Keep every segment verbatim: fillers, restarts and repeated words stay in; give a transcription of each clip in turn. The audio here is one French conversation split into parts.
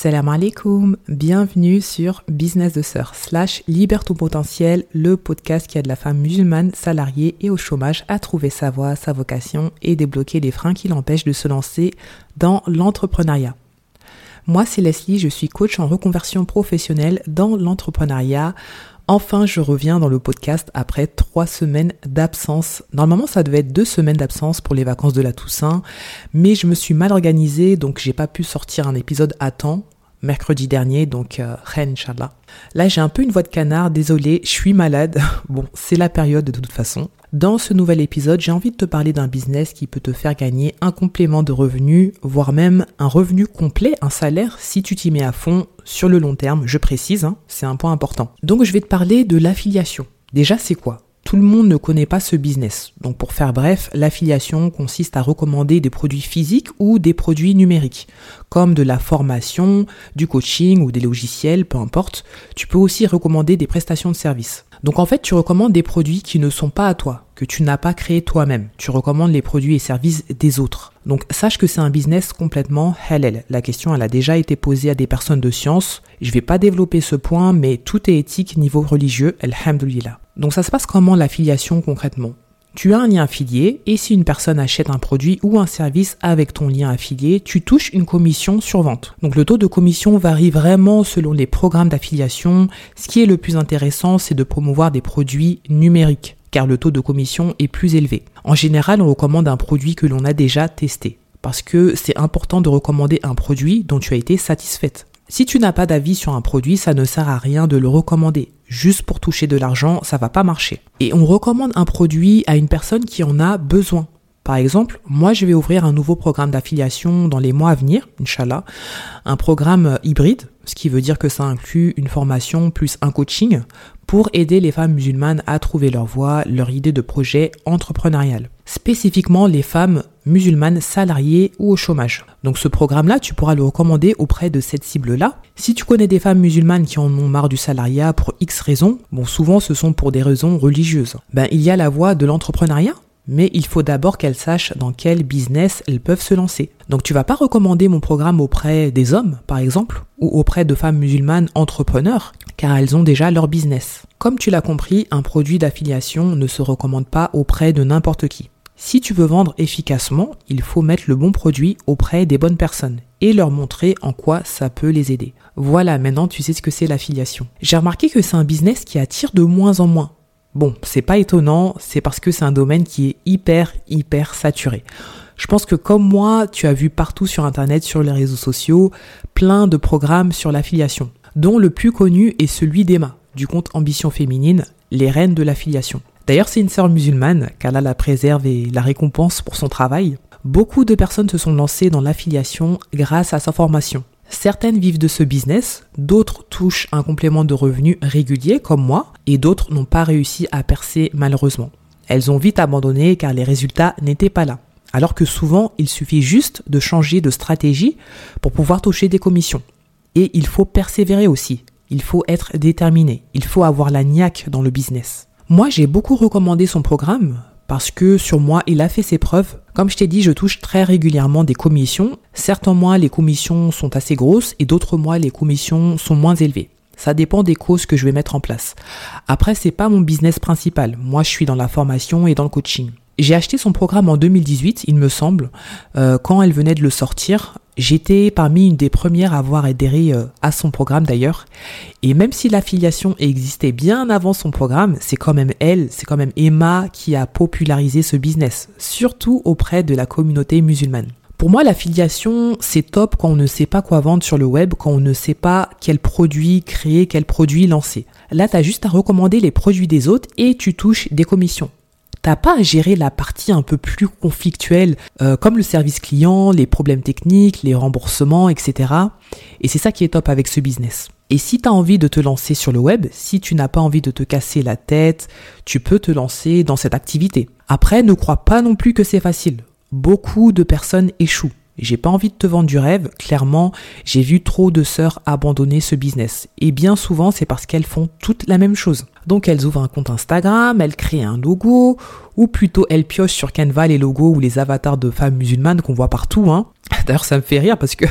Salam alaikum, bienvenue sur Business de Sœur slash Libère ton potentiel, le podcast qui aide la femme musulmane salariée et au chômage à trouver sa voie, sa vocation et débloquer les freins qui l'empêchent de se lancer dans l'entrepreneuriat. Moi, c'est Leslie, je suis coach en reconversion professionnelle dans l'entrepreneuriat. Enfin, je reviens dans le podcast après trois semaines d'absence. Normalement, ça devait être deux semaines d'absence pour les vacances de la Toussaint, mais je me suis mal organisée, donc j'ai pas pu sortir un épisode à temps, mercredi dernier, donc euh, khair Inch'Allah. Là, j'ai un peu une voix de canard, désolée, je suis malade. Bon, c'est la période de toute façon. Dans ce nouvel épisode, j'ai envie de te parler d'un business qui peut te faire gagner un complément de revenus, voire même un revenu complet, un salaire, si tu t'y mets à fond sur le long terme, je précise, hein, c'est un point important. Donc je vais te parler de l'affiliation. Déjà, c'est quoi ? Tout le monde ne connaît pas ce business. Donc pour faire bref, l'affiliation consiste à recommander des produits physiques ou des produits numériques, comme de la formation, du coaching ou des logiciels, peu importe. Tu peux aussi recommander des prestations de services. Donc en fait, tu recommandes des produits qui ne sont pas à toi, que tu n'as pas créé toi-même. Tu recommandes les produits et services des autres. Donc sache que c'est un business complètement halal. La question, elle a déjà été posée à des personnes de science. Je vais pas développer ce point, mais tout est éthique niveau religieux, alhamdoulilah. Donc ça se passe comment l'affiliation concrètement ? Tu as un lien affilié et si une personne achète un produit ou un service avec ton lien affilié, tu touches une commission sur vente. Donc le taux de commission varie vraiment selon les programmes d'affiliation. Ce qui est le plus intéressant, c'est de promouvoir des produits numériques, car le taux de commission est plus élevé. En général, on recommande un produit que l'on a déjà testé, parce que c'est important de recommander un produit dont tu as été satisfaite. Si tu n'as pas d'avis sur un produit, ça ne sert à rien de le recommander. Juste pour toucher de l'argent, ça va pas marcher. Et on recommande un produit à une personne qui en a besoin. Par exemple, moi je vais ouvrir un nouveau programme d'affiliation dans les mois à venir, Inch'Allah, un programme hybride, ce qui veut dire que ça inclut une formation plus un coaching pour aider les femmes musulmanes à trouver leur voie, leur idée de projet entrepreneurial. Spécifiquement les femmes musulmanes salariées ou au chômage. Donc ce programme-là, tu pourras le recommander auprès de cette cible-là. Si tu connais des femmes musulmanes qui en ont marre du salariat pour X raisons, bon souvent ce sont pour des raisons religieuses, ben il y a la voie de l'entrepreneuriat. Mais il faut d'abord qu'elles sachent dans quel business elles peuvent se lancer. Donc tu vas pas recommander mon programme auprès des hommes, par exemple, ou auprès de femmes musulmanes entrepreneurs, car elles ont déjà leur business. Comme tu l'as compris, un produit d'affiliation ne se recommande pas auprès de n'importe qui. Si tu veux vendre efficacement, il faut mettre le bon produit auprès des bonnes personnes et leur montrer en quoi ça peut les aider. Voilà, maintenant tu sais ce que c'est l'affiliation. J'ai remarqué que c'est un business qui attire de moins en moins. Bon, c'est pas étonnant, c'est parce que c'est un domaine qui est hyper, hyper saturé. Je pense que comme moi, tu as vu partout sur Internet, sur les réseaux sociaux, plein de programmes sur l'affiliation, dont le plus connu est celui d'Emma, du compte Ambition Féminine, les reines de l'affiliation. D'ailleurs, c'est une sœur musulmane, qu'Allah la préserve et la récompense pour son travail. Beaucoup de personnes se sont lancées dans l'affiliation grâce à sa formation. Certaines vivent de ce business, d'autres touchent un complément de revenus régulier comme moi et d'autres n'ont pas réussi à percer malheureusement. Elles ont vite abandonné car les résultats n'étaient pas là. Alors que souvent, il suffit juste de changer de stratégie pour pouvoir toucher des commissions. Et il faut persévérer aussi, il faut être déterminé, il faut avoir la niaque dans le business. Moi, j'ai beaucoup recommandé son programme parce que sur moi, il a fait ses preuves. Comme je t'ai dit, je touche très régulièrement des commissions. Certains mois, les commissions sont assez grosses et d'autres mois, les commissions sont moins élevées. Ça dépend des causes que je vais mettre en place. Après, c'est pas mon business principal. Moi, je suis dans la formation et dans le coaching. J'ai acheté son programme en deux mille dix-huit, il me semble, euh, quand elle venait de le sortir. J'étais parmi une des premières à avoir adhéré euh, à son programme d'ailleurs. Et même si l'affiliation existait bien avant son programme, c'est quand même elle, c'est quand même Emma qui a popularisé ce business, surtout auprès de la communauté musulmane. Pour moi, l'affiliation, c'est top quand on ne sait pas quoi vendre sur le web, quand on ne sait pas quel produit créer, quel produit lancer. Là, tu as juste à recommander les produits des autres et tu touches des commissions. T'as pas à gérer la partie un peu plus conflictuelle, euh, comme le service client, les problèmes techniques, les remboursements, et cetera. Et c'est ça qui est top avec ce business. Et si tu as envie de te lancer sur le web, si tu n'as pas envie de te casser la tête, tu peux te lancer dans cette activité. Après, ne crois pas non plus que c'est facile. Beaucoup de personnes échouent. J'ai pas envie de te vendre du rêve, clairement, j'ai vu trop de sœurs abandonner ce business. Et bien souvent, c'est parce qu'elles font toutes la même chose. Donc elles ouvrent un compte Instagram, elles créent un logo, ou plutôt elles piochent sur Canva les logos ou les avatars de femmes musulmanes qu'on voit partout, hein. D'ailleurs, ça me fait rire parce que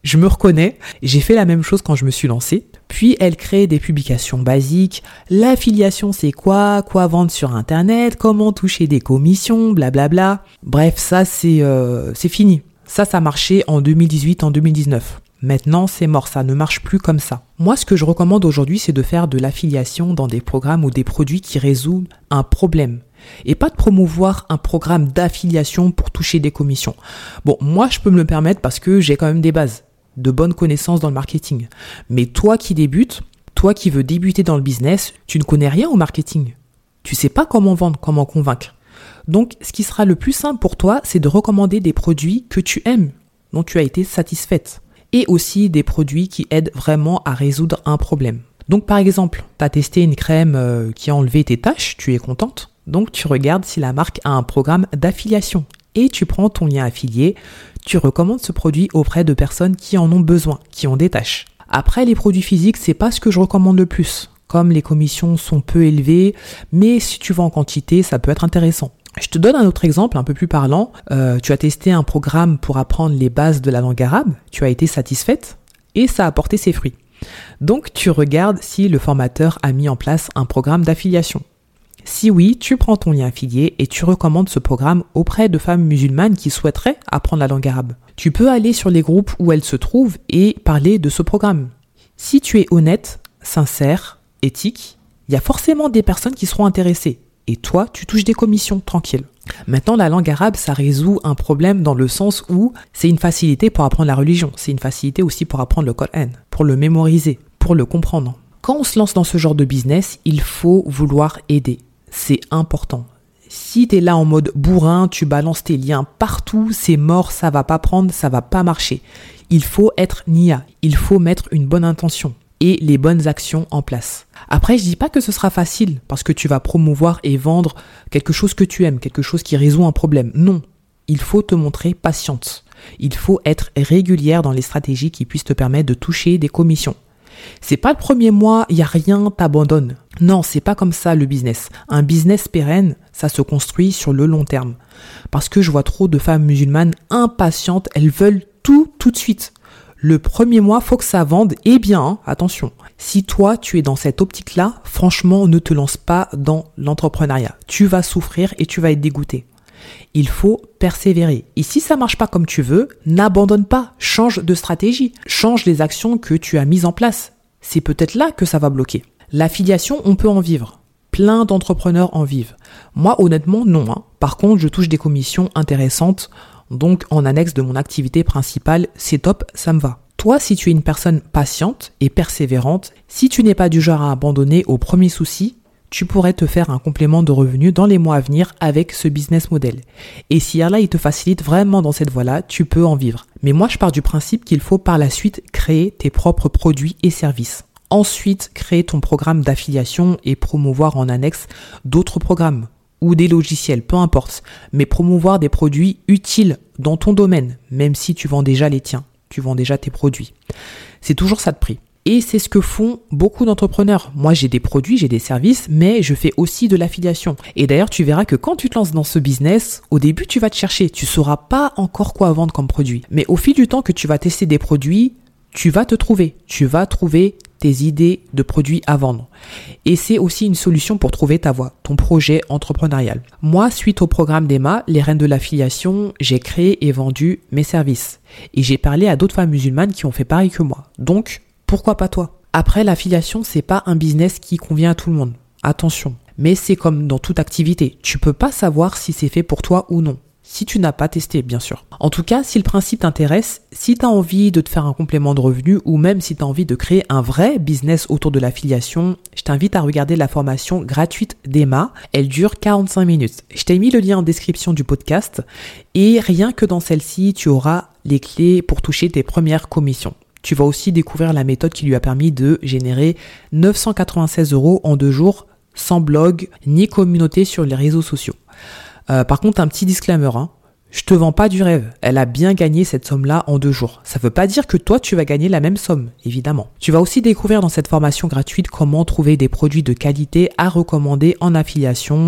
Je me reconnais, j'ai fait la même chose quand je me suis lancée. Puis elle crée des publications basiques. L'affiliation, c'est quoi? Quoi vendre sur Internet? Comment toucher des commissions? Blablabla. Bref, ça, c'est, euh, c'est fini. Ça, ça marchait en deux mille dix-huit, en deux mille dix-neuf. Maintenant, c'est mort, ça ne marche plus comme ça. Moi, ce que je recommande aujourd'hui, c'est de faire de l'affiliation dans des programmes ou des produits qui résolvent un problème. Et pas de promouvoir un programme d'affiliation pour toucher des commissions. Bon, moi, je peux me le permettre parce que j'ai quand même des bases, de bonnes connaissances dans le marketing. Mais toi qui débutes, toi qui veux débuter dans le business, tu ne connais rien au marketing. Tu sais pas comment vendre, comment convaincre. Donc, ce qui sera le plus simple pour toi, c'est de recommander des produits que tu aimes, dont tu as été satisfaite. Et aussi des produits qui aident vraiment à résoudre un problème. Donc, par exemple, tu as testé une crème euh, qui a enlevé tes taches, tu es contente. Donc, tu regardes si la marque a un programme d'affiliation. Et tu prends ton lien affilié, tu recommandes ce produit auprès de personnes qui en ont besoin, qui ont des tâches. Après, les produits physiques, c'est pas ce que je recommande le plus. Comme les commissions sont peu élevées, mais si tu vends en quantité, ça peut être intéressant. Je te donne un autre exemple un peu plus parlant. Euh, tu as testé un programme pour apprendre les bases de la langue arabe, tu as été satisfaite et ça a porté ses fruits. Donc, tu regardes si le formateur a mis en place un programme d'affiliation. Si oui, tu prends ton lien affilié et tu recommandes ce programme auprès de femmes musulmanes qui souhaiteraient apprendre la langue arabe. Tu peux aller sur les groupes où elles se trouvent et parler de ce programme. Si tu es honnête, sincère, éthique, il y a forcément des personnes qui seront intéressées. Et toi, tu touches des commissions, tranquille. Maintenant, la langue arabe, ça résout un problème dans le sens où c'est une facilité pour apprendre la religion. C'est une facilité aussi pour apprendre le Coran, pour le mémoriser, pour le comprendre. Quand on se lance dans ce genre de business, il faut vouloir aider. C'est important. Si t'es là en mode bourrin, tu balances tes liens partout, c'est mort, ça va pas prendre, ça va pas marcher. Il faut être nia, il faut mettre une bonne intention et les bonnes actions en place. Après, je dis pas que ce sera facile parce que tu vas promouvoir et vendre quelque chose que tu aimes, quelque chose qui résout un problème. Non, il faut te montrer patiente. Il faut être régulière dans les stratégies qui puissent te permettre de toucher des commissions. C'est pas le premier mois, il y a rien, t'abandonnes. Non, c'est pas comme ça le business. Un business pérenne, ça se construit sur le long terme. Parce que je vois trop de femmes musulmanes impatientes, elles veulent tout tout de suite. Le premier mois, faut que ça vende, et bien, hein, attention. Si toi, tu es dans cette optique-là, franchement, ne te lance pas dans l'entrepreneuriat. Tu vas souffrir et tu vas être dégoûté. Il faut persévérer. Et si ça marche pas comme tu veux, n'abandonne pas. Change de stratégie. Change les actions que tu as mises en place. C'est peut-être là que ça va bloquer. L'affiliation, on peut en vivre. Plein d'entrepreneurs en vivent. Moi, honnêtement, non. Hein. Par contre, je touche des commissions intéressantes. Donc, en annexe de mon activité principale, c'est top, ça me va. Toi, si tu es une personne patiente et persévérante, si tu n'es pas du genre à abandonner au premier souci, tu pourrais te faire un complément de revenus dans les mois à venir avec ce business model. Et si là, il te facilite vraiment dans cette voie-là, tu peux en vivre. Mais moi, je pars du principe qu'il faut par la suite créer tes propres produits et services. Ensuite, créer ton programme d'affiliation et promouvoir en annexe d'autres programmes ou des logiciels, peu importe. Mais promouvoir des produits utiles dans ton domaine, même si tu vends déjà les tiens, tu vends déjà tes produits. C'est toujours ça de prix. Et c'est ce que font beaucoup d'entrepreneurs. Moi, j'ai des produits, j'ai des services, mais je fais aussi de l'affiliation. Et d'ailleurs, tu verras que quand tu te lances dans ce business, au début, tu vas te chercher. Tu sauras pas encore quoi vendre comme produit. Mais au fil du temps que tu vas tester des produits, tu vas te trouver. Tu vas trouver tes idées de produits à vendre. Et c'est aussi une solution pour trouver ta voie, ton projet entrepreneurial. Moi, suite au programme d'Emma, les reines de l'affiliation, j'ai créé et vendu mes services. Et j'ai parlé à d'autres femmes musulmanes qui ont fait pareil que moi. Donc, pourquoi pas toi? Après, l'affiliation, c'est pas un business qui convient à tout le monde. Attention. Mais c'est comme dans toute activité. Tu peux pas savoir si c'est fait pour toi ou non. Si tu n'as pas testé, bien sûr. En tout cas, si le principe t'intéresse, si tu as envie de te faire un complément de revenus ou même si tu as envie de créer un vrai business autour de l'affiliation, je t'invite à regarder la formation gratuite d'Emma. Elle dure quarante-cinq minutes. Je t'ai mis le lien en description du podcast et rien que dans celle-ci, tu auras les clés pour toucher tes premières commissions. Tu vas aussi découvrir la méthode qui lui a permis de générer neuf cent quatre-vingt-seize euros en deux jours sans blog ni communauté sur les réseaux sociaux. Euh, par contre, un petit disclaimer, hein. Je te vends pas du rêve. Elle a bien gagné cette somme-là en deux jours. Ça veut pas dire que toi, tu vas gagner la même somme, évidemment. Tu vas aussi découvrir dans cette formation gratuite comment trouver des produits de qualité à recommander en affiliation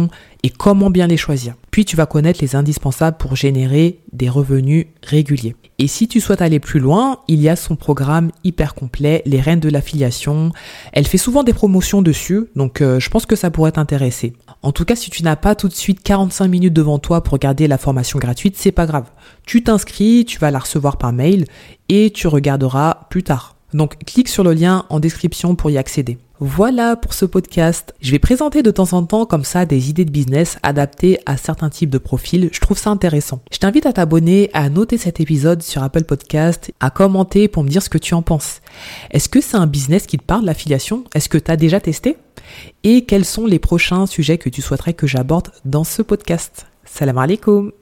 et comment bien les choisir. Puis tu vas connaître les indispensables pour générer des revenus réguliers. Et si tu souhaites aller plus loin, il y a son programme hyper complet, les Reines de l'affiliation. Elle fait souvent des promotions dessus, donc euh, je pense que ça pourrait t'intéresser. En tout cas, si tu n'as pas tout de suite quarante-cinq minutes devant toi pour regarder la formation gratuite, c'est pas grave. Tu t'inscris, tu vas la recevoir par mail et tu regarderas plus tard. Donc, clique sur le lien en description pour y accéder. Voilà pour ce podcast. Je vais présenter de temps en temps comme ça des idées de business adaptées à certains types de profils. Je trouve ça intéressant. Je t'invite à t'abonner, à noter cet épisode sur Apple Podcast, à commenter pour me dire ce que tu en penses. Est-ce que c'est un business qui te parle, l'affiliation ? Est-ce que tu as déjà testé ? Et quels sont les prochains sujets que tu souhaiterais que j'aborde dans ce podcast ? Salam alaikum.